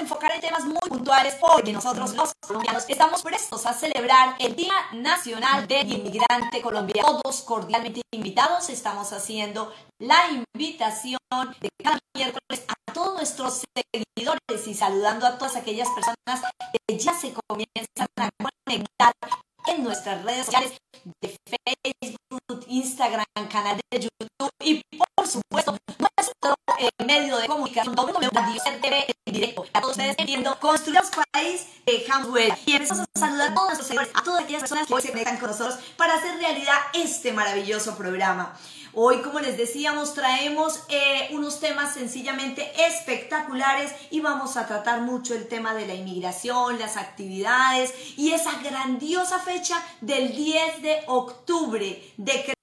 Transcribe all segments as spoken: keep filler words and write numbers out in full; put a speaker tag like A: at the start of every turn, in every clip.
A: enfocar en temas muy puntuales porque nosotros los colombianos estamos prestos a celebrar el Día Nacional del Inmigrante Colombiano. Todos cordialmente invitados, estamos haciendo la invitación de cada miércoles a todos nuestros seguidores y saludando a todas aquellas personas que ya se comienzan a conectar en nuestras redes sociales de Facebook, Instagram, canal de YouTube y por supuesto nuestro eh, medio de comunicación Radio C R T V en directo. A todos ustedes viendo Construyamos País de Hamwell. Y empezamos a saludar a todos nuestros seguidores, a todas aquellas personas que hoy se conectan con nosotros para hacer realidad este maravilloso programa. Hoy, como les decíamos, traemos eh, unos temas sencillamente espectaculares y vamos a tratar mucho el tema de la inmigración, las actividades y esa grandiosa fecha del diez de octubre, de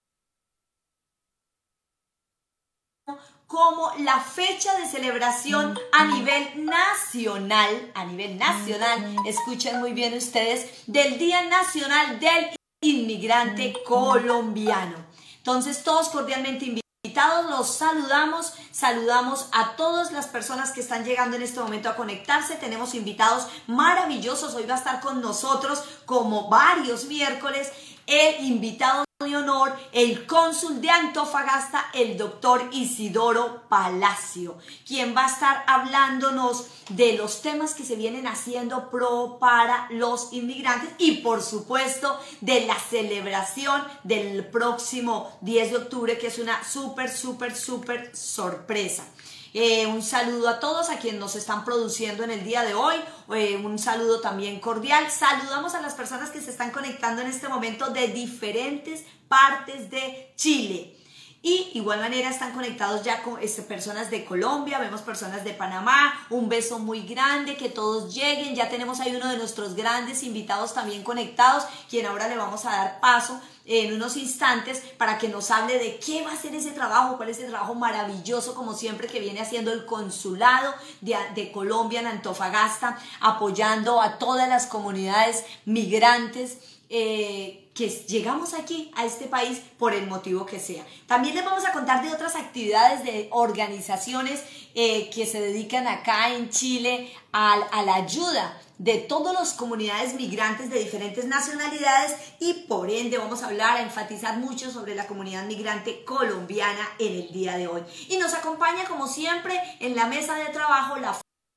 A: como la fecha de celebración a nivel nacional, a nivel nacional, escuchen muy bien ustedes, del Día Nacional del Inmigrante Colombiano. Entonces, todos cordialmente invitados, los saludamos, saludamos a todas las personas que están llegando en este momento a conectarse. Tenemos invitados maravillosos, hoy va a estar con nosotros, como varios miércoles, el invitado de honor, el cónsul de Antofagasta, el doctor Isidoro Palacio, quien va a estar hablándonos de los temas que se vienen haciendo pro para los inmigrantes y por supuesto de la celebración del próximo diez de octubre, que es una súper, súper, súper sorpresa. Eh, un saludo a todos, a quienes nos están produciendo en el día de hoy, eh, un saludo también cordial. Saludamos a las personas que se están conectando en este momento de diferentes partes de Chile. Y igual manera están conectados ya con este, personas de Colombia, vemos personas de Panamá, un beso muy grande, que todos lleguen. Ya tenemos ahí uno de nuestros grandes invitados también conectados, quien ahora le vamos a dar paso en unos instantes para que nos hable de qué va a ser ese trabajo, cuál es ese trabajo maravilloso como siempre que viene haciendo el consulado de, de Colombia en Antofagasta, apoyando a todas las comunidades migrantes eh, que llegamos aquí a este país por el motivo que sea. También les vamos a contar de otras actividades de organizaciones eh, que se dedican acá en Chile a, a la ayuda de todas las comunidades migrantes de diferentes nacionalidades y por ende vamos a hablar, a enfatizar mucho sobre la comunidad migrante colombiana en el día de hoy. Y nos acompaña como siempre en la mesa de trabajo la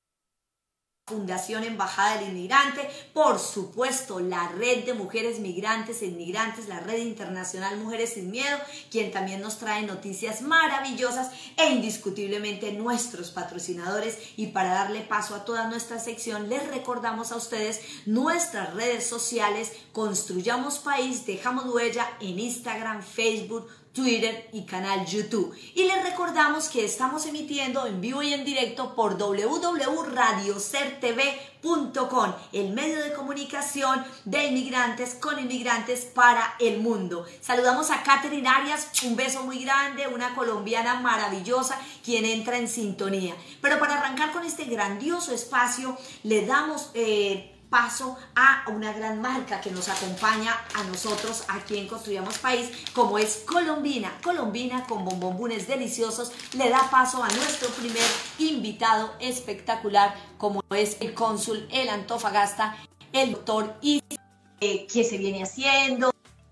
A: Fundación Embajada del Inmigrante, por supuesto la Red de Mujeres Migrantes e Inmigrantes, la Red Internacional Mujeres Sin Miedo, quien también nos trae noticias maravillosas e indiscutiblemente nuestros patrocinadores. Y para darle paso a toda nuestra sección, les recordamos a ustedes nuestras redes sociales: Construyamos País, Dejamos Huella en Instagram, Facebook, Twitter y canal YouTube. Y les recordamos que estamos emitiendo en vivo y en directo por w w w punto radio c r t v punto com, el medio de comunicación de inmigrantes con inmigrantes para el mundo. Saludamos a Catherine Arias, un beso muy grande, una colombiana maravillosa, quien entra en sintonía. Pero para arrancar con este grandioso espacio, le damos eh, paso a una gran marca que nos acompaña a nosotros aquí en Construyamos País, como es Colombina. Colombina con bombombunes deliciosos le da paso a nuestro primer invitado espectacular, como es el cónsul el Antofagasta, el doctor Isidoro, eh, que se viene haciendo,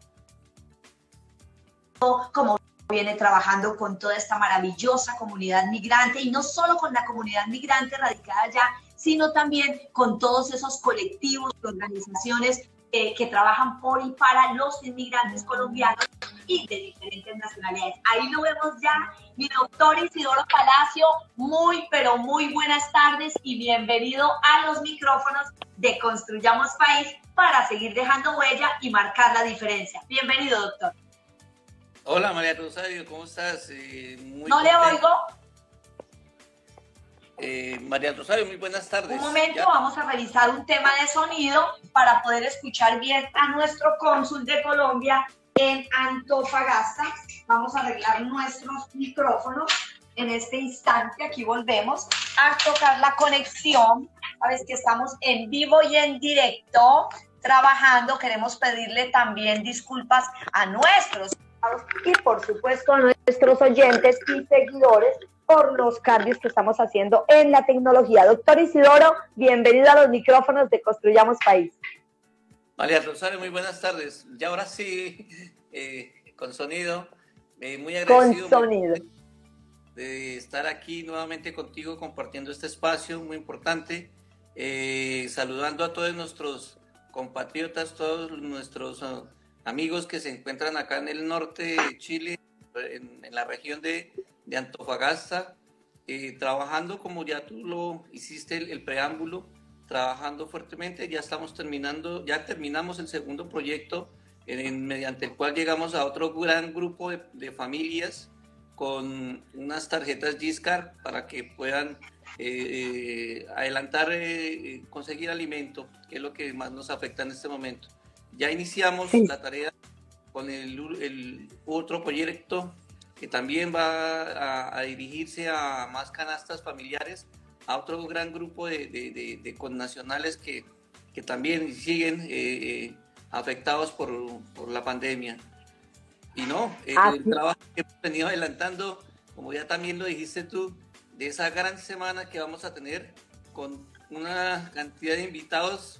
A: como viene trabajando con toda esta maravillosa comunidad migrante, y no solo con la comunidad migrante radicada allá, sino también con todos esos colectivos y organizaciones eh, que trabajan por y para los inmigrantes colombianos y de diferentes nacionalidades. Ahí lo vemos ya, mi doctor Isidoro Palacio. Muy, pero muy buenas tardes y bienvenido a los micrófonos de Construyamos País para seguir dejando huella y marcar la diferencia. Bienvenido, doctor.
B: Hola, María Rosario, ¿cómo estás? Eh, muy
A: no
B: contento.
A: le oigo.
B: Eh, María Rosario, muy buenas tardes.
A: Un momento,
B: ¿Ya?
A: Vamos a revisar un tema de sonido para poder escuchar bien a nuestro cónsul de Colombia en Antofagasta. Vamos a arreglar nuestros micrófonos en este instante. Aquí volvemos a tocar la conexión. Sabes que estamos en vivo y en directo trabajando. Queremos pedirle también disculpas a nuestros y por supuesto a nuestros oyentes y seguidores
C: por los cambios que estamos haciendo en la tecnología. Doctor Isidoro, bienvenido a los micrófonos de Construyamos País.
B: María Rosario, muy buenas tardes. Ya ahora sí, eh, con sonido, eh, muy agradecido.
C: Con sonido.
B: Muy, de estar aquí nuevamente contigo compartiendo este espacio muy importante, eh, saludando a todos nuestros compatriotas, todos nuestros uh, amigos que se encuentran acá en el norte de Chile, en, en la región de, de Antofagasta, eh, trabajando como ya tú lo hiciste el, el preámbulo, trabajando fuertemente. Ya estamos terminando, ya terminamos el segundo proyecto en, en, mediante el cual llegamos a otro gran grupo de, de familias con unas tarjetas Giscard para que puedan eh, adelantar, eh, conseguir alimento, que es lo que más nos afecta en este momento. Ya iniciamos sí. la tarea con el, el otro proyecto que también va a, a dirigirse a más canastas familiares, a otro gran grupo de, de, de, de connacionales que, que también siguen eh, afectados por, por la pandemia. Y no, el, ah, el trabajo que hemos venido adelantando, como ya también lo dijiste tú, de esa gran semana que vamos a tener con una cantidad de invitados.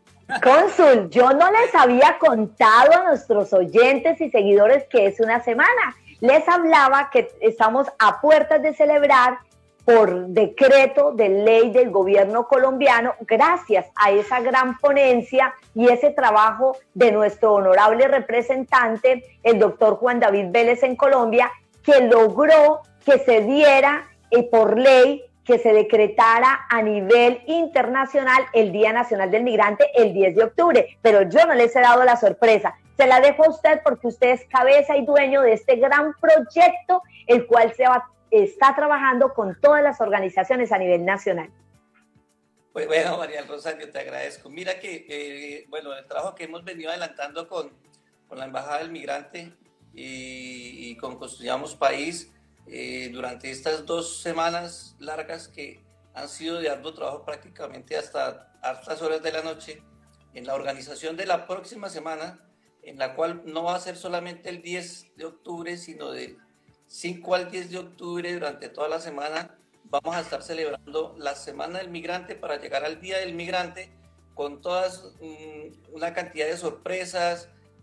C: Cónsul, yo no les había contado a nuestros oyentes y seguidores que es una semana. Les hablaba que estamos a puertas de celebrar por decreto de ley del gobierno colombiano, gracias a esa gran ponencia y ese trabajo de nuestro honorable representante, el doctor Juan David Vélez en Colombia, que logró que se diera eh, por ley, que se decretara a nivel internacional el Día Nacional del Migrante el diez de octubre, pero yo no les he dado la sorpresa. Se la dejo a usted porque usted es cabeza y dueño de este gran proyecto, el cual se va está trabajando con todas las organizaciones a nivel nacional.
B: Pues bueno, María Rosario, te agradezco. Mira que, eh, bueno, el trabajo que hemos venido adelantando con, con la Embajada del Migrante y, y con Construyamos País eh, durante estas dos semanas largas que han sido de arduo trabajo prácticamente hasta altas horas de la noche, en la organización de la próxima semana, en la cual no va a ser solamente el diez de octubre, sino del cinco al diez de octubre, durante toda la semana, vamos a estar celebrando la Semana del Migrante para llegar al Día del Migrante con todas um, una cantidad de sorpresas,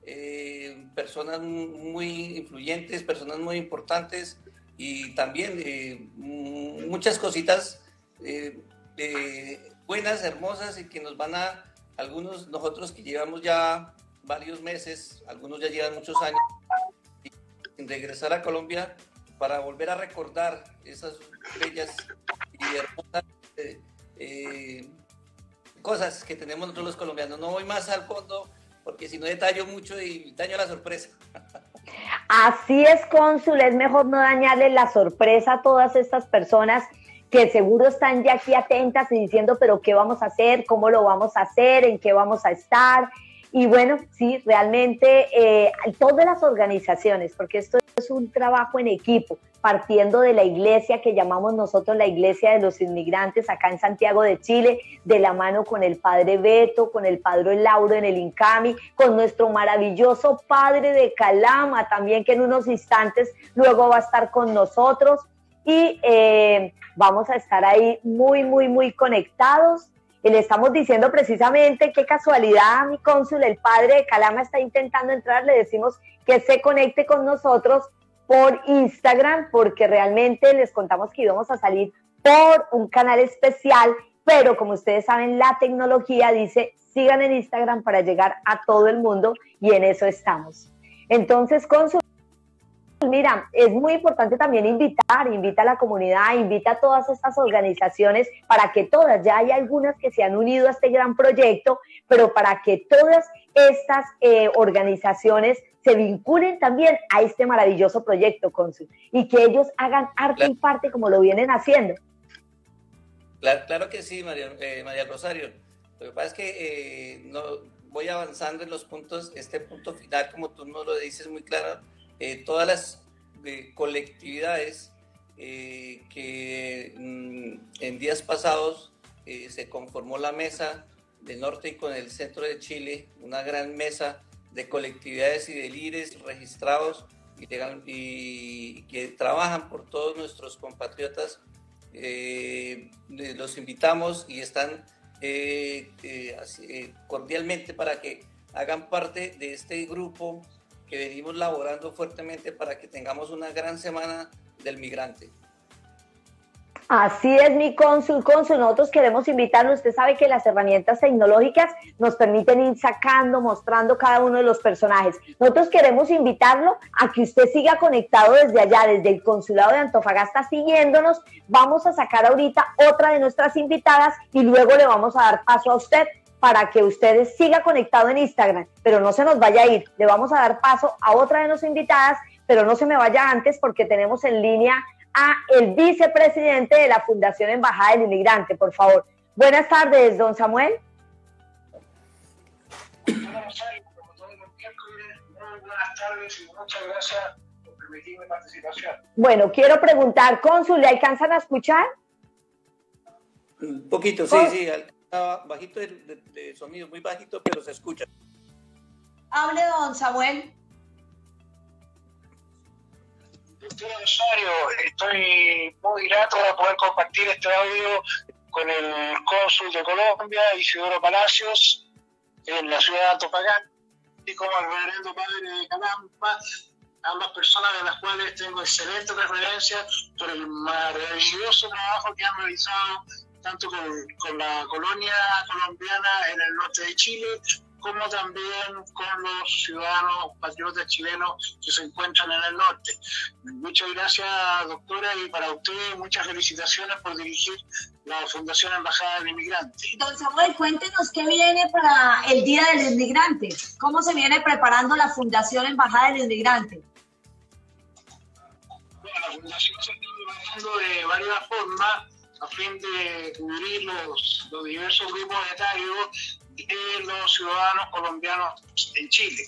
B: eh, personas muy influyentes, personas muy importantes y también eh, muchas cositas eh, eh, buenas, hermosas y que nos van a, algunos, nosotros que llevamos ya varios meses, algunos ya llevan muchos años, regresar a Colombia para volver a recordar esas bellas y hermosas eh, eh, cosas que tenemos nosotros los colombianos. No voy más al fondo porque si no detallo mucho y daño la sorpresa.
C: Así es, cónsul, es mejor no dañarle la sorpresa a todas estas personas que seguro están ya aquí atentas y diciendo, pero ¿qué vamos a hacer? ¿Cómo lo vamos a hacer? ¿En qué vamos a estar? Y bueno, sí, realmente eh, todas las organizaciones, porque esto es un trabajo en equipo, partiendo de la iglesia que llamamos nosotros la Iglesia de los Inmigrantes acá en Santiago de Chile, de la mano con el Padre Beto, con el Padre Lauro en el INCAMI, con nuestro maravilloso Padre de Calama también, que en unos instantes luego va a estar con nosotros y eh, vamos a estar ahí muy, muy, muy conectados. Y le estamos diciendo precisamente, qué casualidad, mi cónsul, el Padre de Calama está intentando entrar, le decimos que se conecte con nosotros por Instagram, porque realmente les contamos que íbamos a salir por un canal especial, pero como ustedes saben, la tecnología dice, sigan en Instagram para llegar a todo el mundo, y en eso estamos. Entonces, cónsul, mira, es muy importante también invitar, invita a la comunidad, invita a todas estas organizaciones para que todas, ya hay algunas que se han unido a este gran proyecto, pero para que todas estas eh, organizaciones se vinculen también a este maravilloso proyecto, cónsul, y que ellos hagan arte claro. y parte como lo vienen haciendo.
B: Claro, claro que sí, María, eh, María Rosario. Lo que pasa es que eh, no, voy avanzando en los puntos, este punto final, como tú nos lo dices muy claro, Eh, todas las eh, colectividades eh, que mm, en días pasados eh, se conformó la mesa del norte y con el centro de Chile, una gran mesa de colectividades y de líderes registrados y, y que trabajan por todos nuestros compatriotas. Eh, los invitamos y están eh, eh, así, cordialmente para que hagan parte de este grupo que venimos laborando fuertemente para que tengamos una gran semana del migrante.
C: Así es, mi cónsul, cónsul, nosotros queremos invitarlo. Usted sabe que las herramientas tecnológicas nos permiten ir sacando, mostrando cada uno de los personajes. Nosotros queremos invitarlo a que usted siga conectado desde allá, desde el consulado de Antofagasta, siguiéndonos. Vamos a sacar ahorita otra de nuestras invitadas y luego le vamos a dar paso a usted para que usted siga conectado en Instagram, pero no se nos vaya a ir. Le vamos a dar paso a otra de nuestras invitadas, pero no se me vaya antes porque tenemos en línea a el vicepresidente de la Fundación Embajada del Inmigrante, por favor. Buenas tardes, don Samuel.
D: Buenas tardes y muchas gracias por permitirme participación.
C: Bueno, quiero preguntar, cónsul, ¿le alcanzan a escuchar?
B: Un poquito, sí, sí, bajito de, de, de sonido, muy bajito, pero se escucha.
A: Hable, don Samuel.
D: Doctor Rosario, estoy muy grato de poder compartir este audio con el cónsul de Colombia, Isidoro Palacios, en la ciudad de Antofagasta, y como el reverendo padre de Calampa, ambas personas de las cuales tengo excelentes referencias por el maravilloso trabajo que han realizado tanto con, con la colonia colombiana en el norte de Chile, como también con los ciudadanos patriotas chilenos que se encuentran en el norte. Muchas gracias, doctora, y para usted muchas felicitaciones por dirigir la Fundación Embajada del Inmigrante.
A: Don Samuel, cuéntenos qué viene para el Día del Inmigrante. ¿Cómo se viene preparando la Fundación Embajada del Inmigrante?
D: Bueno, la Fundación se está preparando de varias formas a fin de cubrir los, los diversos grupos etarios de los ciudadanos colombianos en Chile.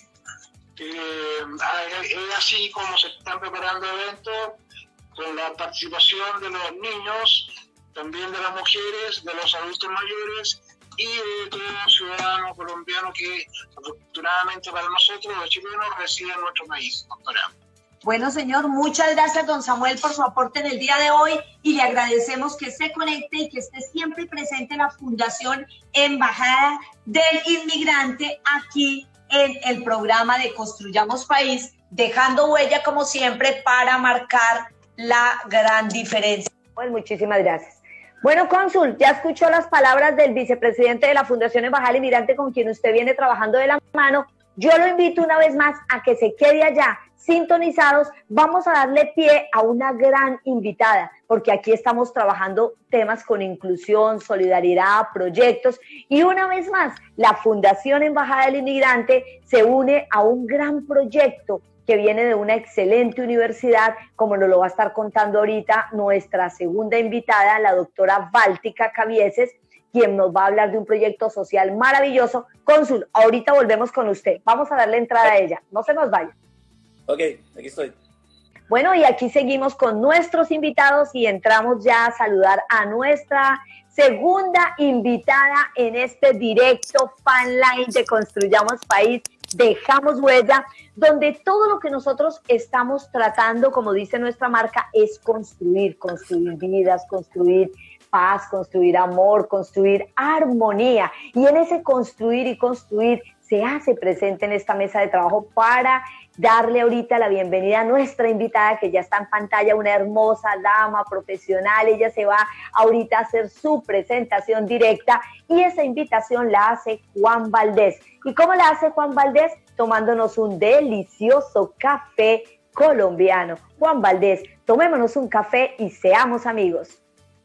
D: Eh, es así como se están preparando eventos con la participación de los niños, también de las mujeres, de los adultos mayores y de todo ciudadano colombiano que afortunadamente para nosotros, los chilenos, reside en nuestro país, doctora.
A: Bueno, señor, muchas gracias, don Samuel, por su aporte en el día de hoy y le agradecemos que se conecte y que esté siempre presente en la Fundación Embajada del Inmigrante aquí en el programa de Construyamos País, dejando huella como siempre para marcar la gran diferencia.
C: Pues muchísimas gracias. Bueno, cónsul, ya escuchó las palabras del vicepresidente de la Fundación Embajada del Inmigrante con quien usted viene trabajando de la mano. Yo lo invito una vez más a que se quede allá, sintonizados. Vamos a darle pie a una gran invitada, porque aquí estamos trabajando temas con inclusión, solidaridad, proyectos, y una vez más, la Fundación Embajada del Inmigrante se une a un gran proyecto que viene de una excelente universidad, como nos lo va a estar contando ahorita nuestra segunda invitada, la doctora Báltica Cabieses, quien nos va a hablar de un proyecto social maravilloso. Cónsul, ahorita volvemos con usted. Vamos a darle entrada a ella. No se nos vaya.
B: Ok, aquí estoy.
C: Bueno, y aquí seguimos con nuestros invitados y entramos ya a saludar a nuestra segunda invitada en este directo fan line de Construyamos País, Dejamos Huella, donde todo lo que nosotros estamos tratando, como dice nuestra marca, es construir, construir vidas, construir paz, construir amor, construir armonía. Y en ese construir y construir se hace presente en esta mesa de trabajo para darle ahorita la bienvenida a nuestra invitada que ya está en pantalla, una hermosa dama profesional. Ella se va ahorita a hacer su presentación directa y esa invitación la hace Juan Valdés. ¿Y cómo la hace Juan Valdés? Tomándonos un delicioso café colombiano. Juan Valdés, tomémonos un café y seamos amigos.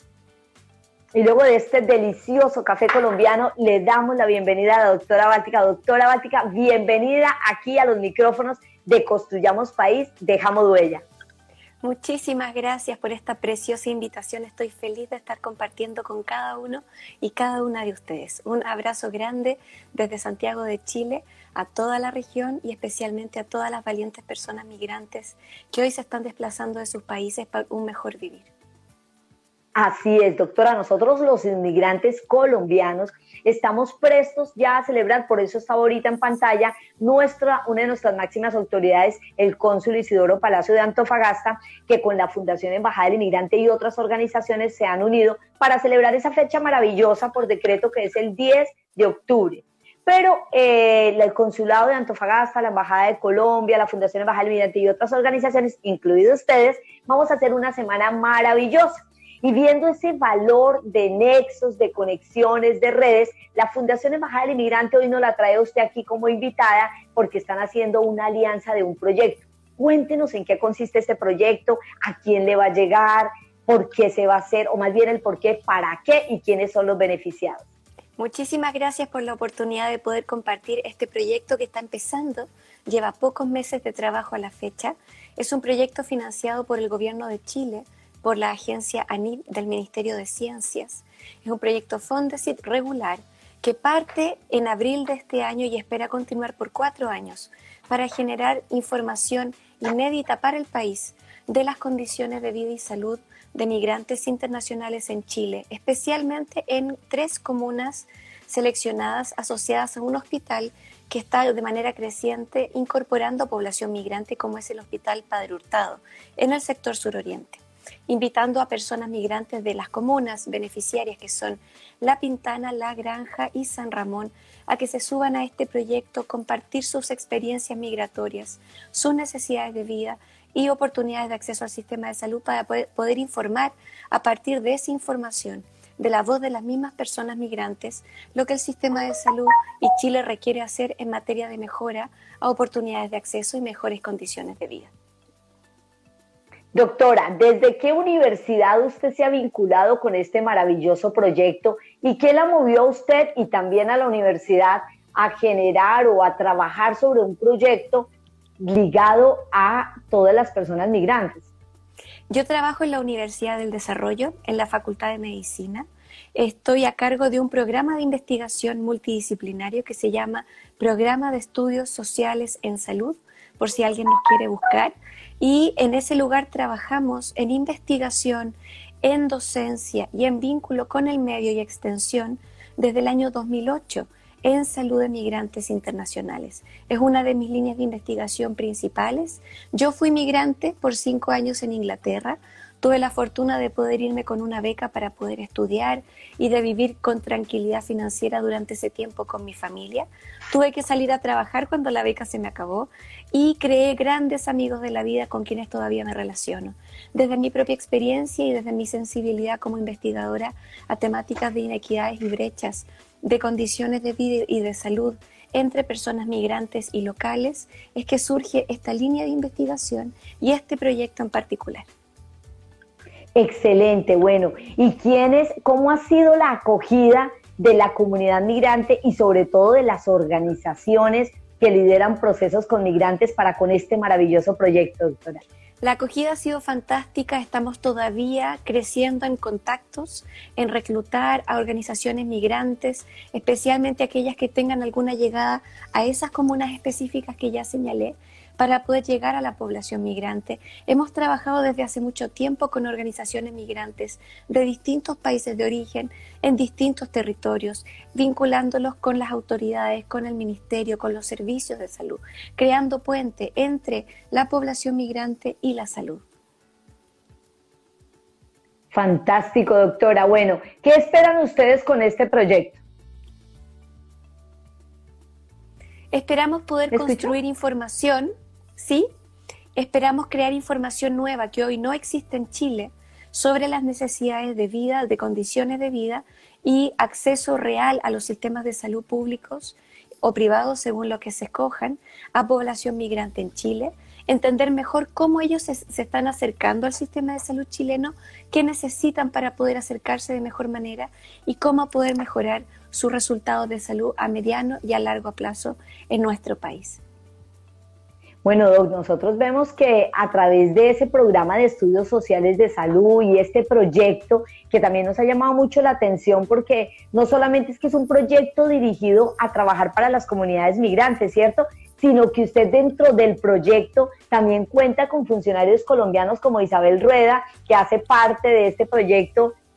C: Y luego de este delicioso café colombiano, le damos la bienvenida a la doctora Báltica. Doctora Báltica, bienvenida aquí a los micrófonos de Construyamos País, Dejamos Huella.
E: Muchísimas gracias por esta preciosa invitación. Estoy feliz de estar compartiendo con cada uno y cada una de ustedes. Un abrazo grande desde Santiago de Chile a toda la región y especialmente a todas las valientes personas migrantes que hoy se están desplazando de sus países para un mejor vivir.
C: Así es, doctora. Nosotros los inmigrantes colombianos estamos prestos ya a celebrar, por eso está ahorita en pantalla nuestra, una de nuestras máximas autoridades, el cónsul Isidoro Palacio de Antofagasta, que con la Fundación Embajada del Inmigrante y otras organizaciones se han unido para celebrar esa fecha maravillosa por decreto que es el diez de octubre. Pero eh, el Consulado de Antofagasta, la Embajada de Colombia, la Fundación Embajada del Inmigrante y otras organizaciones, incluidos ustedes, vamos a hacer una semana maravillosa. Y viendo ese valor de nexos, de conexiones, de redes, la Fundación Embajada del Inmigrante hoy nos la trae usted aquí como invitada porque están haciendo una alianza de un proyecto. Cuéntenos en qué consiste este proyecto, a quién le va a llegar, por qué se va a hacer, o más bien el por qué, para qué y quiénes son los beneficiados.
E: Muchísimas gracias por la oportunidad de poder compartir este proyecto que está empezando, lleva pocos meses de trabajo a la fecha. Es un proyecto financiado por el Gobierno de Chile, por la agencia ANIB del Ministerio de Ciencias. Es un proyecto Fondesit regular que parte en abril de este año y espera continuar por cuatro años para generar información inédita para el país de las condiciones de vida y salud de migrantes internacionales en Chile, especialmente en tres comunas seleccionadas asociadas a un hospital que está de manera creciente incorporando población migrante, como es el Hospital Padre Hurtado, en el sector suroriente, invitando a personas migrantes de las comunas beneficiarias que son La Pintana, La Granja y San Ramón a que se suban a este proyecto, compartir sus experiencias migratorias, sus necesidades de vida y oportunidades de acceso al sistema de salud para poder, poder informar a partir de esa información, de la voz de las mismas personas migrantes, lo que el sistema de salud y Chile requiere hacer en materia de mejora a oportunidades de acceso y mejores condiciones de vida.
C: Doctora, ¿desde qué universidad usted se ha vinculado con este maravilloso proyecto y qué la movió a usted y también a la universidad a generar o a trabajar sobre un proyecto ligado a todas las personas migrantes?
E: Yo trabajo en la Universidad del Desarrollo, en la Facultad de Medicina. Estoy a cargo de un programa de investigación multidisciplinario que se llama Programa de Estudios Sociales en Salud, por si alguien nos quiere buscar. Y en ese lugar trabajamos en investigación, en docencia y en vínculo con el medio y extensión desde el año dos mil ocho en salud de migrantes internacionales. Es una de mis líneas de investigación principales. Yo fui migrante por cinco años en Inglaterra. Tuve la fortuna de poder irme con una beca para poder estudiar y de vivir con tranquilidad financiera durante ese tiempo con mi familia. Tuve que salir a trabajar cuando la beca se me acabó y creé grandes amigos de la vida con quienes todavía me relaciono. Desde mi propia experiencia y desde mi sensibilidad como investigadora a temáticas de inequidades y brechas, de condiciones de vida y de salud entre personas migrantes y locales, es que surge esta línea de investigación y este proyecto en particular.
C: Excelente, bueno. ¿Y quiénes, cómo ha sido la acogida de la comunidad migrante y sobre todo de las organizaciones que lideran procesos con migrantes para con este maravilloso proyecto, doctora?
E: La acogida ha sido fantástica, estamos todavía creciendo en contactos, en reclutar a organizaciones migrantes, especialmente aquellas que tengan alguna llegada a esas comunas específicas que ya señalé, para poder llegar a la población migrante. Hemos trabajado desde hace mucho tiempo con organizaciones migrantes de distintos países de origen, en distintos territorios, vinculándolos con las autoridades, con el ministerio, con los servicios de salud, creando puente entre la población migrante y la salud.
C: Fantástico, doctora. Bueno, ¿qué esperan ustedes con este proyecto?
E: Esperamos poder construir información, ¿sí? Esperamos crear información nueva que hoy no existe en Chile sobre las necesidades de vida, de condiciones de vida y acceso real a los sistemas de salud públicos o privados, según lo que se escojan, a población migrante en Chile, entender mejor cómo ellos se, se están acercando al sistema de salud chileno, qué necesitan para poder acercarse de mejor manera y cómo poder mejorar sus resultados de salud a mediano y a largo plazo en nuestro país.
C: Bueno, Doc, nosotros vemos que a través de ese programa de estudios sociales de salud y este proyecto, que también nos ha llamado mucho la atención porque no solamente es que es un proyecto dirigido a trabajar para las comunidades migrantes, ¿cierto?, sino que usted dentro del proyecto también cuenta con funcionarios colombianos como Isabel Rueda, que hace parte de este proyecto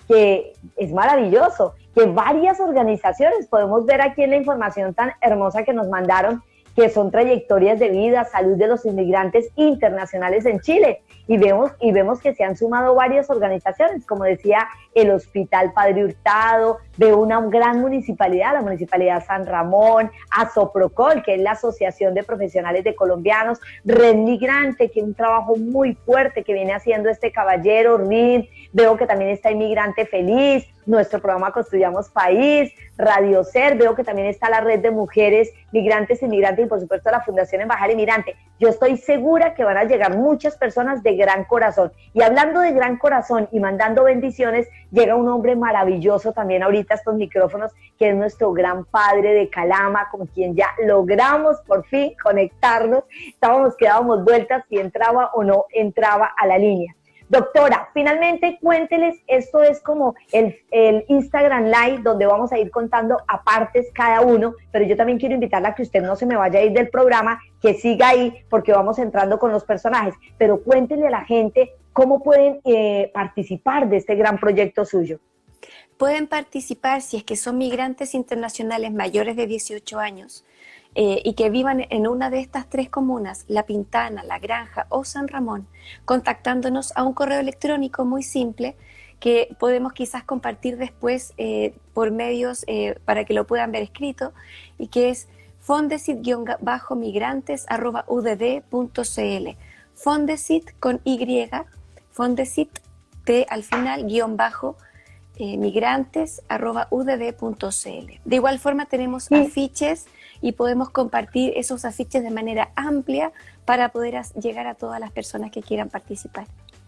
C: que es maravilloso, que varias organizaciones, podemos ver aquí en la información tan hermosa que nos mandaron, que son trayectorias de vida, salud de los inmigrantes internacionales en Chile. Y vemos, y vemos que se han sumado varias organizaciones, como decía el Hospital Padre Hurtado, veo una gran municipalidad, la Municipalidad San Ramón, Asoprocol, que es la Asociación de Profesionales de Colombianos, Red Migrante, que es un trabajo muy fuerte que viene haciendo este caballero, R I N, veo que también está Inmigrante Feliz, nuestro programa Construyamos País, Radio Ser, veo que también está la Red de Mujeres Migrantes, Inmigrantes y por supuesto la Fundación Embajada Inmigrante. Yo estoy segura que van a llegar muchas personas de gran corazón. Y hablando de gran corazón y mandando bendiciones, llega un hombre maravilloso también ahorita a estos micrófonos, que es nuestro gran padre de Calama, con quien ya logramos por fin conectarnos. Estábamos, quedábamos vueltas si entraba o no entraba a la línea. Doctora, finalmente cuénteles, esto es como el, el Instagram Live, donde vamos a ir contando a partes cada uno, pero yo también quiero invitarla a que usted no se me vaya a ir del programa, que siga ahí, porque vamos entrando con los personajes, pero cuéntenle a la gente cómo pueden eh, participar de este gran proyecto suyo.
E: Pueden participar si es que son migrantes internacionales mayores de dieciocho años, Eh, y que vivan en una de estas tres comunas, La Pintana, La Granja o San Ramón, contactándonos a un correo electrónico muy simple que podemos quizás compartir después eh, por medios eh, para que lo puedan ver escrito, y que es fondesit migrantes arroba u d d punto c l. Fondesit con Y, Fondesit T al final, guión bajo, eh, migrantes arroba u d d punto c l. De igual forma tenemos sí. afiches, y podemos compartir esos afiches de manera amplia para poder llegar a todas las personas que quieran participar.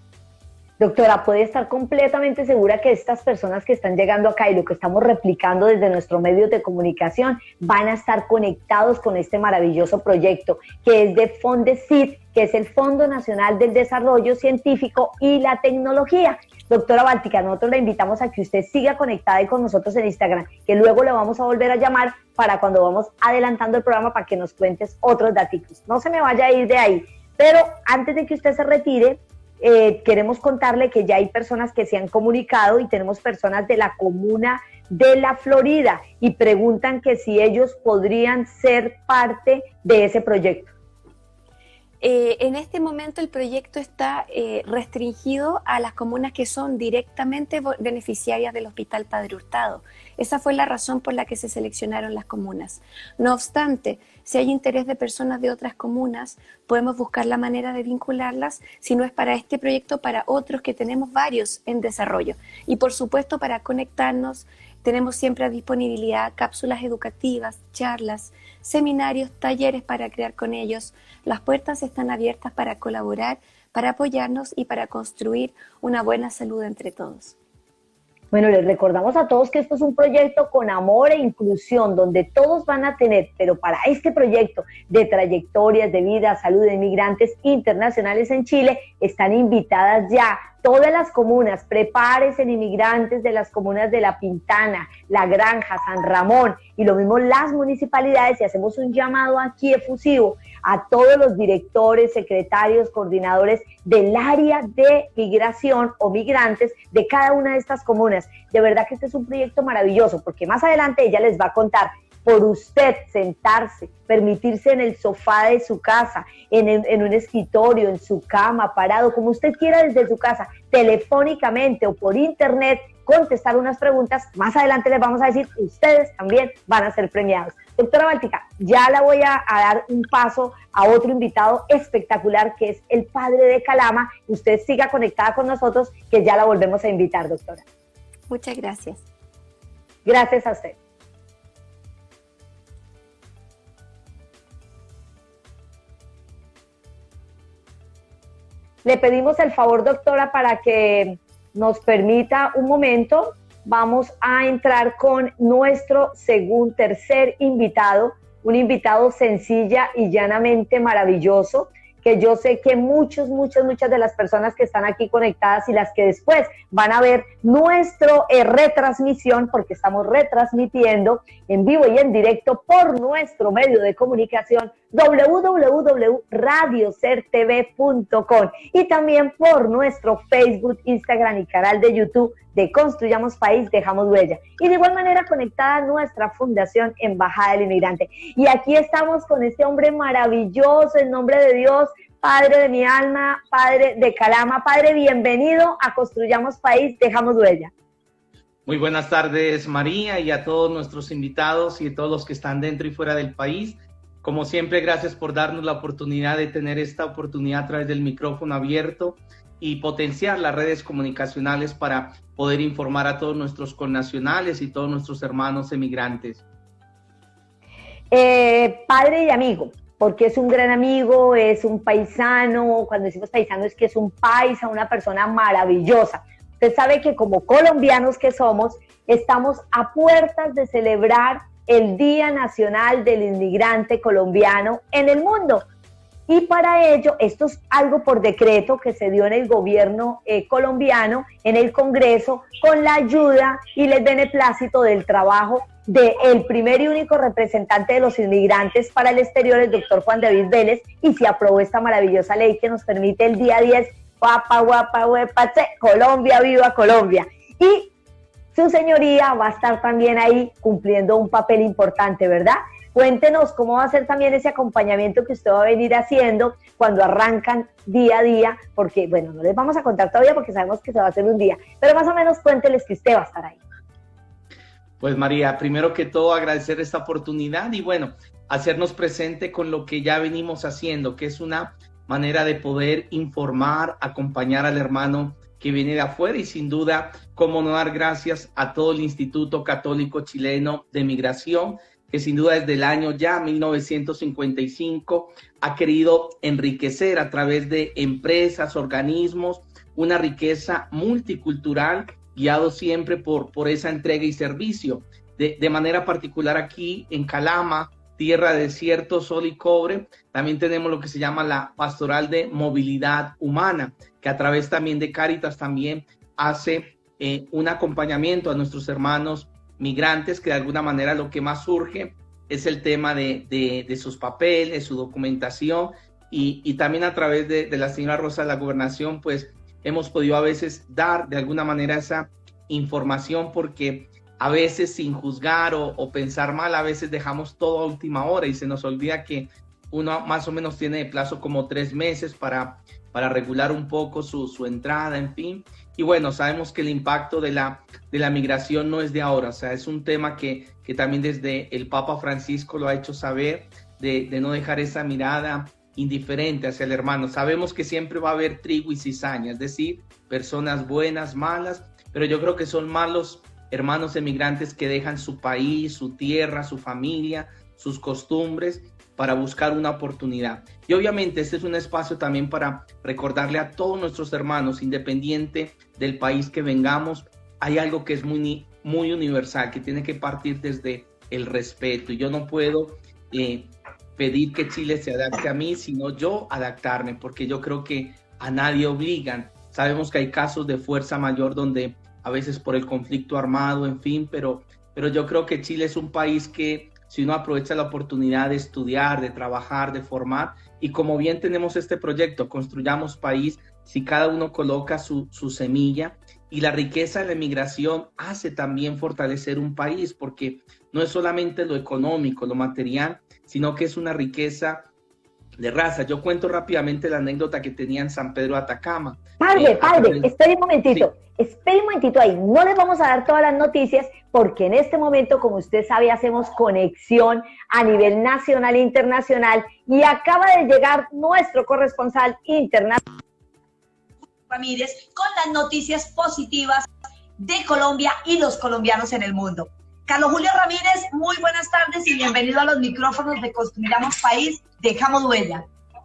C: Doctora, puede estar completamente segura que estas personas que están llegando acá y lo que estamos replicando desde nuestros medios de comunicación van a estar conectados con este maravilloso proyecto que es de Fondesit, que es el Fondo Nacional del Desarrollo Científico y la Tecnología. Doctora Báltica, nosotros la invitamos a que usted siga conectada y con nosotros en Instagram, que luego le vamos a volver a llamar para cuando vamos adelantando el programa para que nos cuentes otros datos. No se me vaya a ir de ahí, pero antes de que usted se retire, eh, queremos contarle que ya hay personas que se han comunicado y tenemos personas de la comuna de La Florida y preguntan que si ellos podrían ser parte de ese proyecto.
E: Eh, en este momento el proyecto está eh, restringido a las comunas que son directamente beneficiarias del Hospital Padre Hurtado. Esa fue la razón por la que se seleccionaron las comunas. No obstante, si hay interés de personas de otras comunas, podemos buscar la manera de vincularlas, si no es para este proyecto, para otros que tenemos varios en desarrollo. Y por supuesto, para conectarnos, tenemos siempre a disponibilidad cápsulas educativas, charlas, seminarios, talleres para crear con ellos. Las puertas están abiertas para colaborar, para apoyarnos y para construir una buena salud entre todos.
C: Bueno, les recordamos a todos que esto es un proyecto con amor e inclusión, donde todos van a tener, pero para este proyecto de trayectorias de vida, salud de inmigrantes internacionales en Chile, están invitadas ya todas las comunas. Prepárense, inmigrantes de las comunas de La Pintana, La Granja, San Ramón y lo mismo las municipalidades, y hacemos un llamado aquí efusivo a todos los directores, secretarios, coordinadores del área de migración o migrantes de cada una de estas comunas. De verdad que este es un proyecto maravilloso, porque más adelante ella les va a contar, por usted sentarse, permitirse en el sofá de su casa, en, en, en un escritorio, en su cama, parado, como usted quiera desde su casa, telefónicamente o por internet, contestar unas preguntas. Más adelante les vamos a decir, ustedes también van a ser premiados. Doctora Báltica, ya la voy a, a dar un paso a otro invitado espectacular, que es el padre de Calama. Usted siga conectada con nosotros, que ya la volvemos a invitar, doctora.
E: Muchas gracias.
C: Gracias a usted. Le pedimos el favor, doctora, para que nos permita un momento. Vamos a entrar con nuestro segundo, tercer invitado, un invitado sencilla y llanamente maravilloso, que yo sé que muchos, muchas, muchas de las personas que están aquí conectadas y las que después van a ver nuestra eh, retransmisión, porque estamos retransmitiendo en vivo y en directo por nuestro medio de comunicación doble u doble u doble u punto radio ser t v punto com y también por nuestro Facebook, Instagram y canal de YouTube de Construyamos País, Dejamos Huella. Y de igual manera conectada a nuestra Fundación Embajada del Inmigrante. Y aquí estamos con este hombre maravilloso, en nombre de Dios, Padre de mi alma, Padre de Calama. Padre, bienvenido a Construyamos País, Dejamos Huella.
F: Muy buenas tardes, María, y a todos nuestros invitados y a todos los que están dentro y fuera del país. Como siempre, gracias por darnos la oportunidad de tener esta oportunidad a través del micrófono abierto y potenciar las redes comunicacionales para poder informar a todos nuestros connacionales y todos nuestros hermanos emigrantes.
C: Eh, padre y amigo, porque es un gran amigo, es un paisano. Cuando decimos paisano es que es un paisa, una persona maravillosa. Usted sabe que como colombianos que somos, estamos a puertas de celebrar el Día Nacional del Inmigrante Colombiano en el mundo. Y para ello, esto es algo por decreto que se dio en el gobierno eh, colombiano, en el Congreso, con la ayuda y el beneplácito del trabajo del primer y único representante de los inmigrantes para el exterior, el doctor Juan David Vélez, y se aprobó esta maravillosa ley que nos permite el día diez, guapa, guapa, guapa, Colombia, viva Colombia. Y su señoría va a estar también ahí cumpliendo un papel importante, ¿verdad? Cuéntenos cómo va a ser también ese acompañamiento que usted va a venir haciendo cuando arrancan día a día, porque, bueno, no les vamos a contar todavía porque sabemos que se va a hacer un día, pero más o menos cuénteles que usted va a estar ahí.
F: Pues María, primero que todo agradecer esta oportunidad y bueno, hacernos presente con lo que ya venimos haciendo, que es una manera de poder informar, acompañar al hermano que viene de afuera y sin duda, cómo no dar gracias a todo el Instituto Católico Chileno de Migración, que sin duda desde el año ya mil novecientos cincuenta y cinco ha querido enriquecer a través de empresas, organismos, una riqueza multicultural guiado siempre por, por esa entrega y servicio. De, de manera particular aquí en Calama, tierra de desierto, sol y cobre, también tenemos lo que se llama la pastoral de movilidad humana, que a través también de Cáritas también hace eh, un acompañamiento a nuestros hermanos migrantes, que de alguna manera lo que más surge es el tema de, de, de sus papeles, su documentación, y, y también a través de, de la señora Rosa de la Gobernación, pues hemos podido a veces dar de alguna manera esa información, porque a veces sin juzgar o, o pensar mal, a veces dejamos todo a última hora y se nos olvida que uno más o menos tiene de plazo como tres meses para, para regular un poco su, su entrada, en fin. Y bueno, sabemos que el impacto de la, de la migración no es de ahora, o sea, es un tema que, que también desde el Papa Francisco lo ha hecho saber, de, de no dejar esa mirada indiferente hacia el hermano. Sabemos que siempre va a haber trigo y cizaña, es decir, personas buenas, malas, pero yo creo que son malos hermanos emigrantes que dejan su país, su tierra, su familia, sus costumbres para buscar una oportunidad. Y obviamente este es un espacio también para recordarle a todos nuestros hermanos, independiente del país que vengamos, hay algo que es muy, muy universal, que tiene que partir desde el respeto. Y yo no puedo eh, pedir que Chile se adapte a mí, sino yo adaptarme, porque yo creo que a nadie obligan. Sabemos que hay casos de fuerza mayor donde a veces por el conflicto armado, en fin, pero, pero yo creo que Chile es un país que si uno aprovecha la oportunidad de estudiar, de trabajar, de formar, y como bien tenemos este proyecto, Construyamos País, si cada uno coloca su, su semilla, y la riqueza de la emigración hace también fortalecer un país, porque no es solamente lo económico, lo material, sino que es una riqueza de raza. Yo cuento rápidamente la anécdota que tenía en San Pedro de Atacama.
C: Padre,
F: eh,
C: padre,
F: través...
C: espere un momentito, sí. espere un momentito ahí, no les vamos a dar todas las noticias, porque en este momento, como usted sabe, hacemos conexión a nivel nacional e internacional, y acaba de llegar nuestro corresponsal internacional,
A: Ramírez, con las noticias positivas de Colombia y los colombianos en el mundo. Carlos Julio Ramírez, muy buenas tardes y bienvenido a los micrófonos de Construyamos País, Dejamos Huella.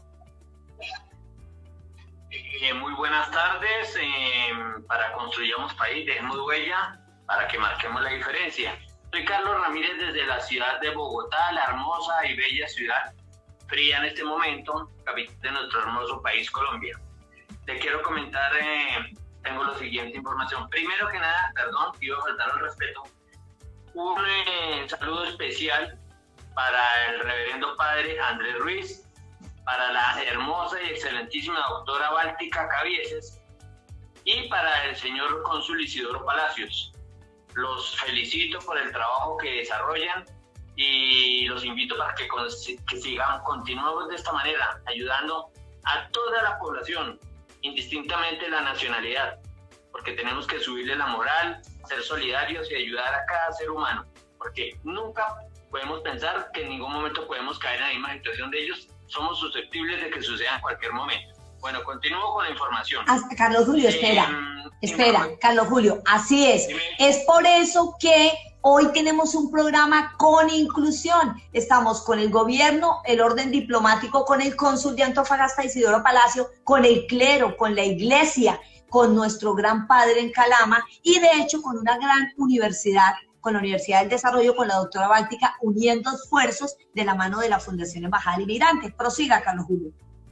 G: Eh, muy buenas tardes, eh, para Construyamos País, Dejemos Huella, para que marquemos la diferencia. Soy Carlos Ramírez desde la ciudad de Bogotá, la hermosa y bella ciudad, fría en este momento, capital de nuestro hermoso país, Colombia. Te quiero comentar, eh, tengo la siguiente información. Primero que nada, perdón, iba a faltar el respeto. Un eh, saludo especial para el reverendo padre Andrés Ruiz, para la hermosa y excelentísima doctora Báltica Cabieses, y para el señor cónsul Isidoro Palacios. Los felicito por el trabajo que desarrollan y los invito para que, que sigamos, continuemos de esta manera, ayudando a toda la población, indistintamente de la nacionalidad, porque tenemos que subirle la moral, ser solidarios y ayudar a cada ser humano, porque nunca podemos pensar que en ningún momento podemos caer en la misma situación de ellos, somos susceptibles de que suceda en cualquier momento. Bueno, continúo con la información.
A: Hasta, Carlos Julio, espera, eh, espera, dime, Carlos Julio, así es. Dime. Es por eso que hoy tenemos un programa con inclusión. Estamos con el gobierno, el orden diplomático, con el cónsul de Antofagasta, Isidoro Palacio, con el clero, con la iglesia, con nuestro gran padre en Calama y de hecho con una gran universidad, con la Universidad del Desarrollo, con la doctora Báltica, uniendo esfuerzos de la mano de la Fundación Embajada del Inmigrante. Prosiga, Carlos Julio.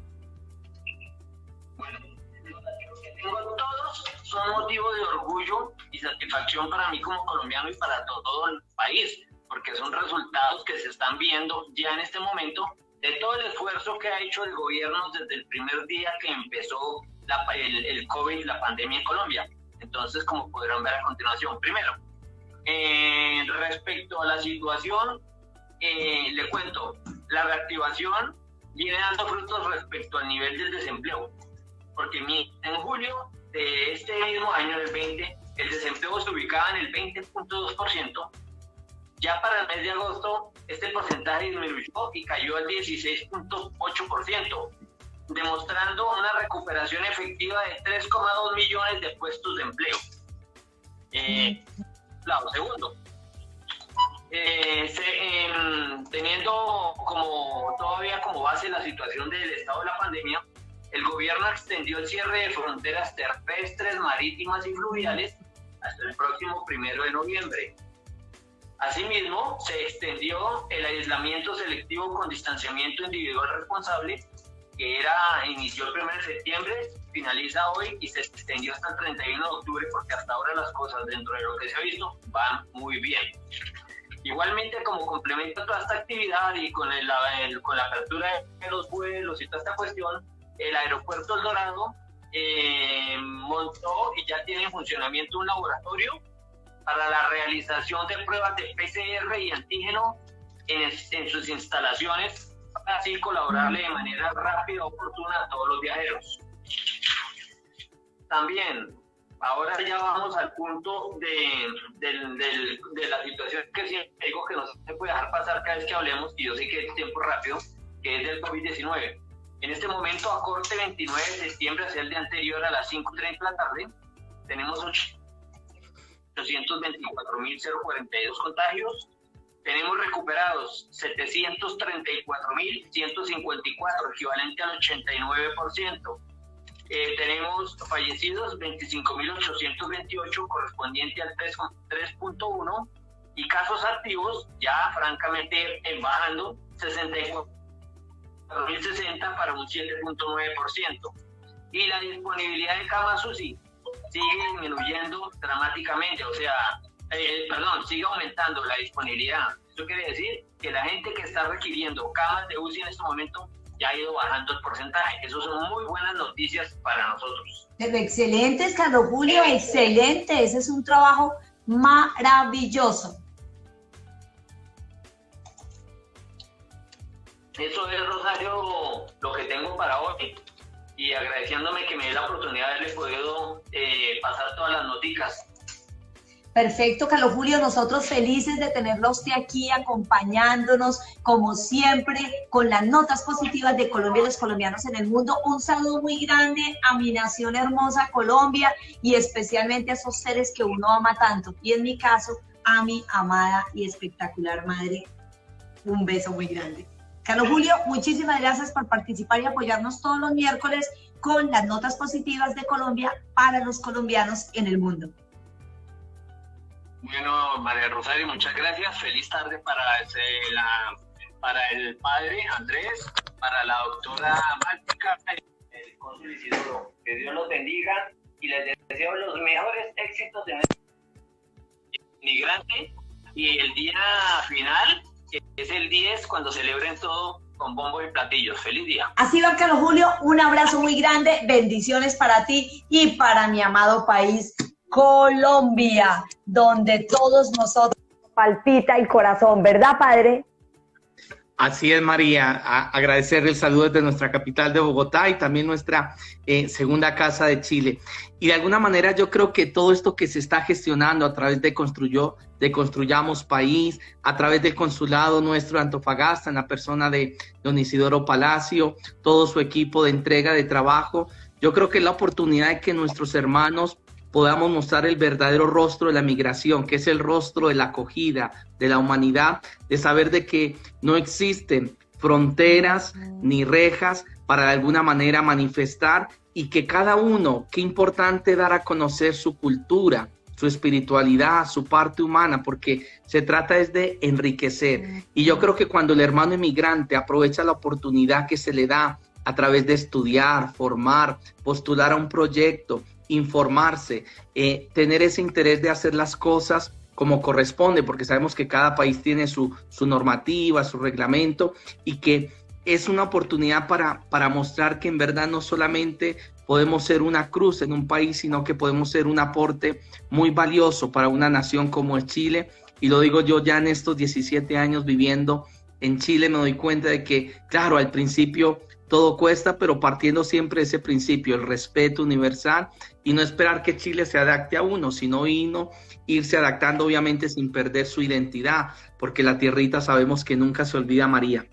G: Todos son motivo de orgullo y satisfacción para mí como colombiano y para todo el país, porque son resultados que se están viendo ya en este momento de todo el esfuerzo que ha hecho el gobierno desde el primer día que empezó la, el, el COVID, la pandemia en Colombia. Entonces, como podrán ver a continuación, primero, eh, respecto a la situación, eh, le cuento, la reactivación viene dando frutos respecto al nivel del desempleo. Porque en julio de este mismo año, del veinte, el desempleo se ubicaba en el veinte punto dos por ciento. Ya para el mes de agosto, este porcentaje disminuyó y cayó al dieciséis punto ocho por ciento, demostrando una recuperación efectiva de tres coma dos millones de puestos de empleo. Eh, claro, segundo, eh, se, eh, teniendo como todavía como base la situación del estado de la pandemia, el gobierno extendió el cierre de fronteras terrestres, marítimas y fluviales hasta el próximo primero de noviembre. Asimismo, se extendió el aislamiento selectivo con distanciamiento individual responsable, que era, inició el primero de septiembre, finaliza hoy y se extendió hasta el treinta y uno de octubre, porque hasta ahora las cosas dentro de lo que se ha visto van muy bien. Igualmente, como complemento a toda esta actividad y con, el, el, con la apertura de los vuelos y toda esta cuestión, el aeropuerto El Dorado eh, montó y ya tiene en funcionamiento un laboratorio para la realización de pruebas de P C R y antígeno en, en sus instalaciones, para así colaborarle de manera rápida y oportuna a todos los viajeros. También, ahora ya vamos al punto de, de, de, de la situación que siempre digo que no se puede dejar pasar cada vez que hablemos, y yo sé que es tiempo rápido, que es del COVID diecinueve. En este momento, a corte veintinueve de septiembre, hacia el día anterior a las cinco y treinta de la tarde, tenemos ochocientos veinticuatro mil cuarenta y dos contagios, tenemos recuperados setecientos treinta y cuatro mil ciento cincuenta y cuatro, equivalente al ochenta y nueve por ciento. Eh, tenemos fallecidos veinticinco mil ochocientos veintiocho, correspondiente al tres punto uno, y casos activos, ya francamente eh, bajando, sesenta y cuatro mil sesenta para un siete punto nueve por ciento. Y la disponibilidad de camas U C I sigue disminuyendo dramáticamente, o sea, eh, perdón, sigue aumentando la disponibilidad. Eso quiere decir que la gente que está requiriendo camas de U C I en este momento ya ha ido bajando el porcentaje. Eso son muy buenas noticias para nosotros.
A: Pero excelentes, Carlos Julio, excelente. Ese es un trabajo maravilloso.
G: Eso es, Rosario, lo que tengo para hoy, y agradeciéndome que me dé la oportunidad de haberle podido eh, pasar todas las noticias.
A: Perfecto, Carlos Julio, nosotros felices de tenerlo a usted aquí acompañándonos, como siempre, con las notas positivas de Colombia y los colombianos en el mundo. Un saludo muy grande a mi nación hermosa, Colombia, y especialmente a esos seres que uno ama tanto, y en mi caso, a mi amada y espectacular madre. Un beso muy grande. Carlos Julio, muchísimas gracias por participar y apoyarnos todos los miércoles con las notas positivas de Colombia para los colombianos en el mundo.
G: Bueno, María Rosario, muchas gracias. Feliz tarde para, ese, la, para el padre Andrés, para la doctora Báltica, el cónsul Isidoro. Que Dios los bendiga y les deseo los mejores éxitos en este inmigrante. Y el día final, que es el diez, cuando celebren todo con bombos y platillos. Feliz día.
A: Así va, Carlos Julio, un abrazo muy grande, bendiciones para ti y para mi amado país, Colombia, donde todos nosotros
C: palpita el corazón, ¿verdad, padre?
F: Así es, María. A agradecer el saludo desde nuestra capital de Bogotá y también nuestra eh, segunda casa de Chile. Y de alguna manera yo creo que todo esto que se está gestionando a través de, Construyó, de Construyamos País, a través del consulado nuestro de Antofagasta, en la persona de don Isidoro Palacio, todo su equipo de entrega de trabajo, yo creo que es la oportunidad de que nuestros hermanos podamos mostrar el verdadero rostro de la migración, que es el rostro de la acogida, de la humanidad, de saber de que no existen fronteras ni rejas para de alguna manera manifestar y que cada uno, qué importante dar a conocer su cultura, su espiritualidad, su parte humana, porque se trata es de enriquecer. Y yo creo que cuando el hermano inmigrante aprovecha la oportunidad que se le da a través de estudiar, formar, postular a un proyecto, informarse, eh, tener ese interés de hacer las cosas como corresponde, porque sabemos que cada país tiene su, su normativa, su reglamento, y que es una oportunidad para, para mostrar que en verdad no solamente podemos ser una cruz en un país, sino que podemos ser un aporte muy valioso para una nación como es Chile. Y lo digo yo ya en estos diecisiete años viviendo en Chile, me doy cuenta de que, claro, al principio todo cuesta, pero partiendo siempre de ese principio, el respeto universal y no esperar que Chile se adapte a uno, sino irnos, irse adaptando obviamente sin perder su identidad, porque la tierrita sabemos que nunca se olvida, María.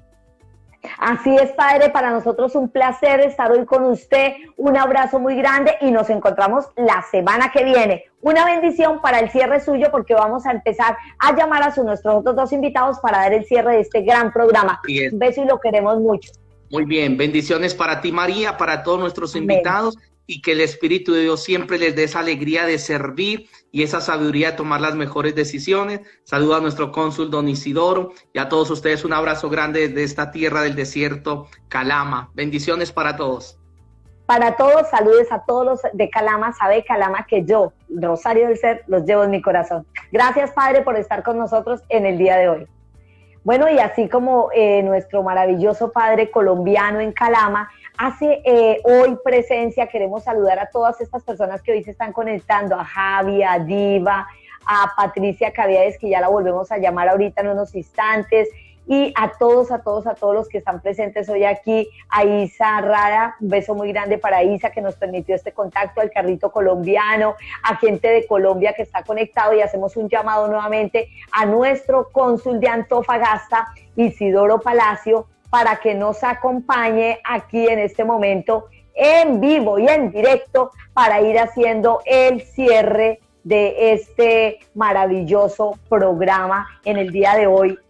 C: Así es, padre, para nosotros un placer estar hoy con usted, un abrazo muy grande y nos encontramos la semana que viene. Una bendición para el cierre suyo porque vamos a empezar a llamar a su, nuestros otros dos invitados para dar el cierre de este gran programa. Un beso y lo queremos mucho.
F: Muy bien, bendiciones para ti, María, para todos nuestros invitados. Amén. Y que el Espíritu de Dios siempre les dé esa alegría de servir y esa sabiduría de tomar las mejores decisiones. Saludo a nuestro cónsul, don Isidoro, y a todos ustedes un abrazo grande desde esta tierra del desierto, Calama. Bendiciones para todos.
C: Para todos, saludes a todos los de Calama, sabe Calama que yo, Rosario del Ser, los llevo en mi corazón. Gracias, Padre, por estar con nosotros en el día de hoy. Bueno, y así como eh, nuestro maravilloso Padre colombiano en Calama hace eh, hoy presencia, queremos saludar a todas estas personas que hoy se están conectando, a Javi, a Diva, a Patricia Caviades, que ya la volvemos a llamar ahorita en unos instantes, y a todos, a todos, a todos los que están presentes hoy aquí, a Isa Rara, un beso muy grande para Isa que nos permitió este contacto, al Carrito Colombiano, a gente de Colombia que está conectado, y hacemos un llamado nuevamente a nuestro cónsul de Antofagasta, Isidoro Palacio, para que nos acompañe aquí en este momento en vivo y en directo para ir haciendo el cierre de este maravilloso programa en el día de hoy,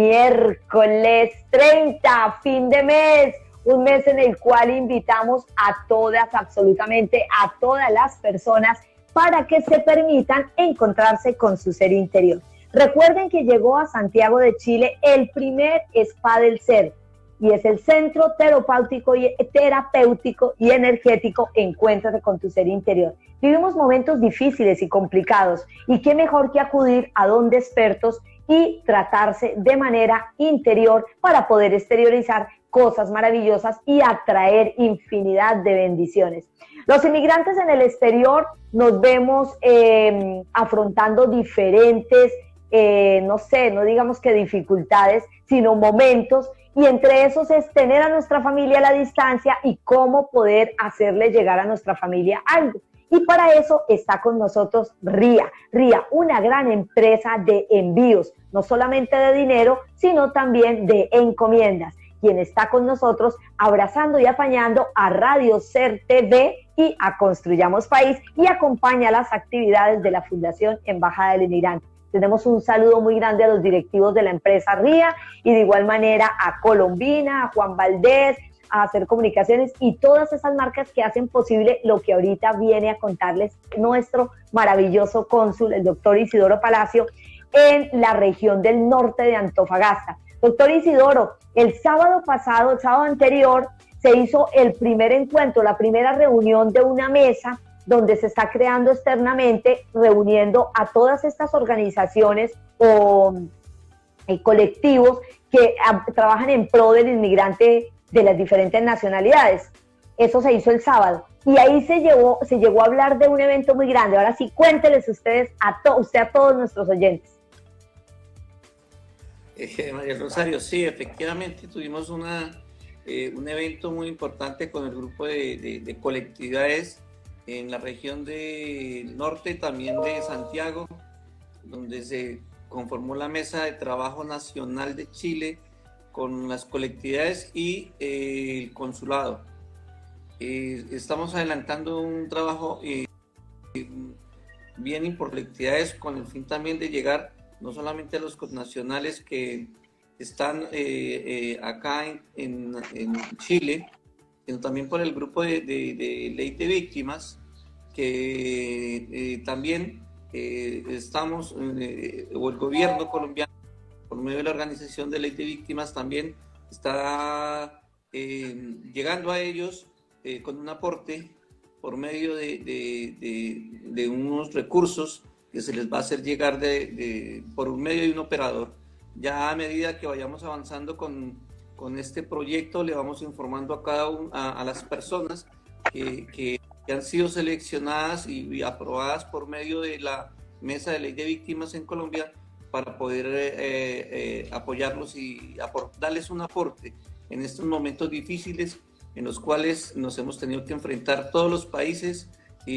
C: miércoles treinta, fin de mes, un mes en el cual invitamos a todas, absolutamente a todas las personas para que se permitan encontrarse con su ser interior. Recuerden que llegó a Santiago de Chile el primer Spa del Ser, y es el Centro Terapéutico y, terapéutico y Energético Encuéntrate con tu Ser Interior. Vivimos momentos difíciles y complicados, y qué mejor que acudir a donde expertos y tratarse de manera interior para poder exteriorizar cosas maravillosas y atraer infinidad de bendiciones. Los inmigrantes en el exterior nos vemos eh, afrontando diferentes, eh, no sé, no digamos que dificultades, sino momentos, y entre esos es tener a nuestra familia a la distancia y cómo poder hacerle llegar a nuestra familia algo. Y para eso está con nosotros RIA. RIA, una gran empresa de envíos, no solamente de dinero, sino también de encomiendas, quien está con nosotros abrazando y apañando a Radio Ser T V y a Construyamos País, y acompaña las actividades de la Fundación Embajada del Inmigrante. Tenemos un saludo muy grande a los directivos de la empresa RIA y de igual manera a Colombina, a Juan Valdés, a Hacer Comunicaciones y todas esas marcas que hacen posible lo que ahorita viene a contarles nuestro maravilloso cónsul, el doctor Isidoro Palacio, en la región del norte de Antofagasta. Doctor Isidoro, el sábado pasado, el sábado anterior, se hizo el primer encuentro, la primera reunión de una mesa donde se está creando externamente, reuniendo a todas estas organizaciones o eh, colectivos que a, trabajan en pro del inmigrante de las diferentes nacionalidades. Eso se hizo el sábado. Y ahí se, llevó, se llegó a hablar de un evento muy grande. Ahora sí, cuénteles ustedes a to, usted a todos nuestros oyentes.
B: Eh, María Rosario, sí, efectivamente tuvimos una, eh, un evento muy importante con el grupo de, de, de colectividades en la región del norte, también de Santiago, donde se conformó la Mesa de Trabajo Nacional de Chile con las colectividades y eh, el consulado. Eh, estamos adelantando un trabajo eh, bien importante con el fin también de llegar no solamente a los connacionales que están eh, eh, acá en, en, en Chile, sino también por el grupo de, de, de ley de víctimas, que eh, también eh, estamos, eh, o el gobierno colombiano, por medio de la Organización de Ley de Víctimas, también está eh, llegando a ellos eh, con un aporte por medio de, de, de, de unos recursos que se les va a hacer llegar de, de, por un medio de un operador. Ya a medida que vayamos avanzando con, con este proyecto, le vamos informando a cada una, a, a las personas que, que, que han sido seleccionadas y, y aprobadas por medio de la Mesa de Ley de Víctimas en Colombia, para poder eh, eh, apoyarlos y darles un aporte en estos momentos difíciles en los cuales nos hemos tenido que enfrentar todos los países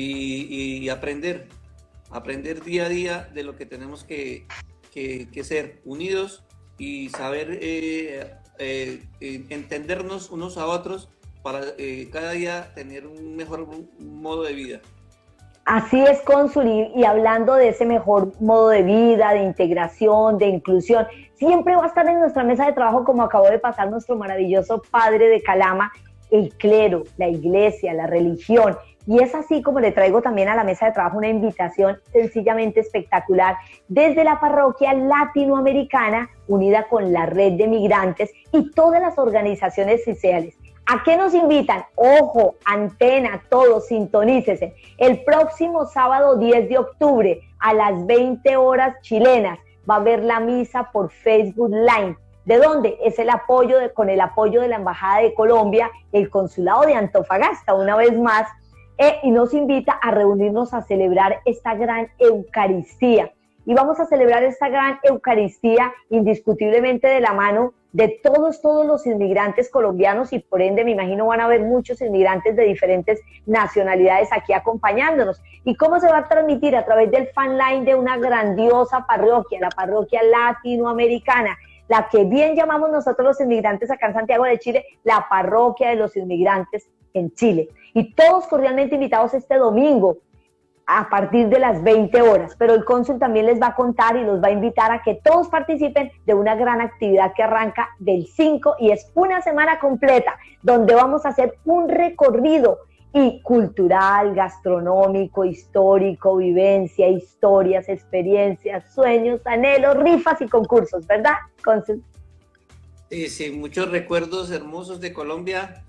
B: y, y aprender, aprender día a día de lo que tenemos que, que, que ser unidos y saber eh, eh, entendernos unos a otros para eh, cada día tener un mejor modo de vida.
C: Así es, cónsul, y, y hablando de ese mejor modo de vida, de integración, de inclusión, siempre va a estar en nuestra mesa de trabajo, como acabó de pasar nuestro maravilloso padre de Calama, el clero, la iglesia, la religión. Y es así como le traigo también a la mesa de trabajo una invitación sencillamente espectacular desde la parroquia latinoamericana, unida con la red de migrantes y todas las organizaciones sociales. ¿A qué nos invitan? Ojo, antena, todos, sintonícese. El próximo sábado diez de octubre a las veinte horas chilenas va a haber la misa por Facebook Live. ¿De dónde? Es el apoyo, de, con el apoyo de la Embajada de Colombia, el Consulado de Antofagasta, una vez más, eh, y nos invita a reunirnos a celebrar esta gran Eucaristía. Y vamos a celebrar esta gran Eucaristía indiscutiblemente de la mano de todos, todos los inmigrantes colombianos, y por ende me imagino van a haber muchos inmigrantes de diferentes nacionalidades aquí acompañándonos. ¿Y cómo se va a transmitir? A través del fan line de una grandiosa parroquia, la parroquia latinoamericana, la que bien llamamos nosotros los inmigrantes acá en Santiago de Chile, la parroquia de los inmigrantes en Chile. Y todos cordialmente invitados este domingo, a partir de las veinte horas, pero el cónsul también les va a contar y los va a invitar a que todos participen de una gran actividad que arranca del cinco y es una semana completa, donde vamos a hacer un recorrido y cultural, gastronómico, histórico, vivencia, historias, experiencias, sueños, anhelos, rifas y concursos, ¿verdad, cónsul?
B: Sí, sí, muchos recuerdos hermosos de Colombia,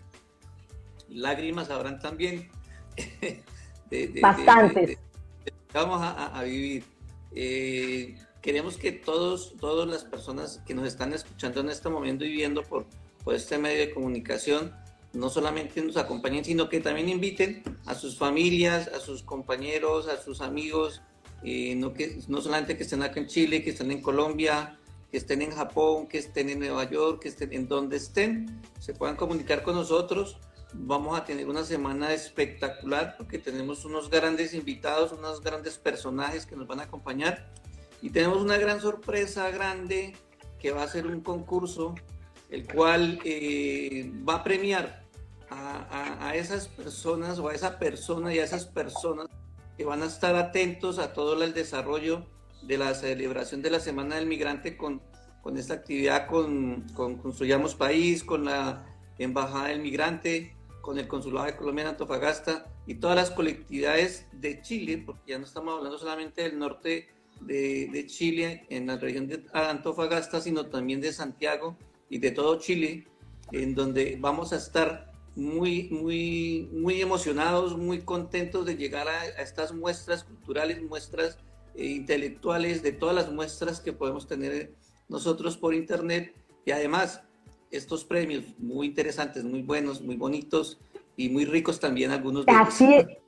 B: lágrimas habrán también. De, de,
C: Bastantes.
B: De, de, de, vamos a, a vivir. Eh, queremos que todos, todas las personas que nos están escuchando en este momento y viendo por, por este medio de comunicación, no solamente nos acompañen, sino que también inviten a sus familias, a sus compañeros, a sus amigos, eh, no, que, no solamente que estén acá en Chile, que estén en Colombia, que estén en Japón, que estén en Nueva York, que estén en donde estén, se puedan comunicar con nosotros. Vamos a tener una semana espectacular porque tenemos unos grandes invitados, unos grandes personajes que nos van a acompañar y tenemos una gran sorpresa grande que va a ser un concurso el cual eh, va a premiar a, a, a esas personas o a esa persona y a esas personas que van a estar atentos a todo el desarrollo de la celebración de la Semana del Migrante con, con esta actividad, con, con Construyamos País, con la Embajada del Migrante, con el Consulado de Colombia en Antofagasta y todas las colectividades de Chile, porque ya no estamos hablando solamente del norte de, de Chile, en la región de Antofagasta, sino también de Santiago y de todo Chile, en donde vamos a estar muy, muy, muy emocionados, muy contentos de llegar a, a estas muestras culturales, muestras eh, intelectuales, de todas las muestras que podemos tener nosotros por internet, y además estos premios muy interesantes, muy buenos, muy bonitos y muy ricos también algunos de ellos.
C: Así,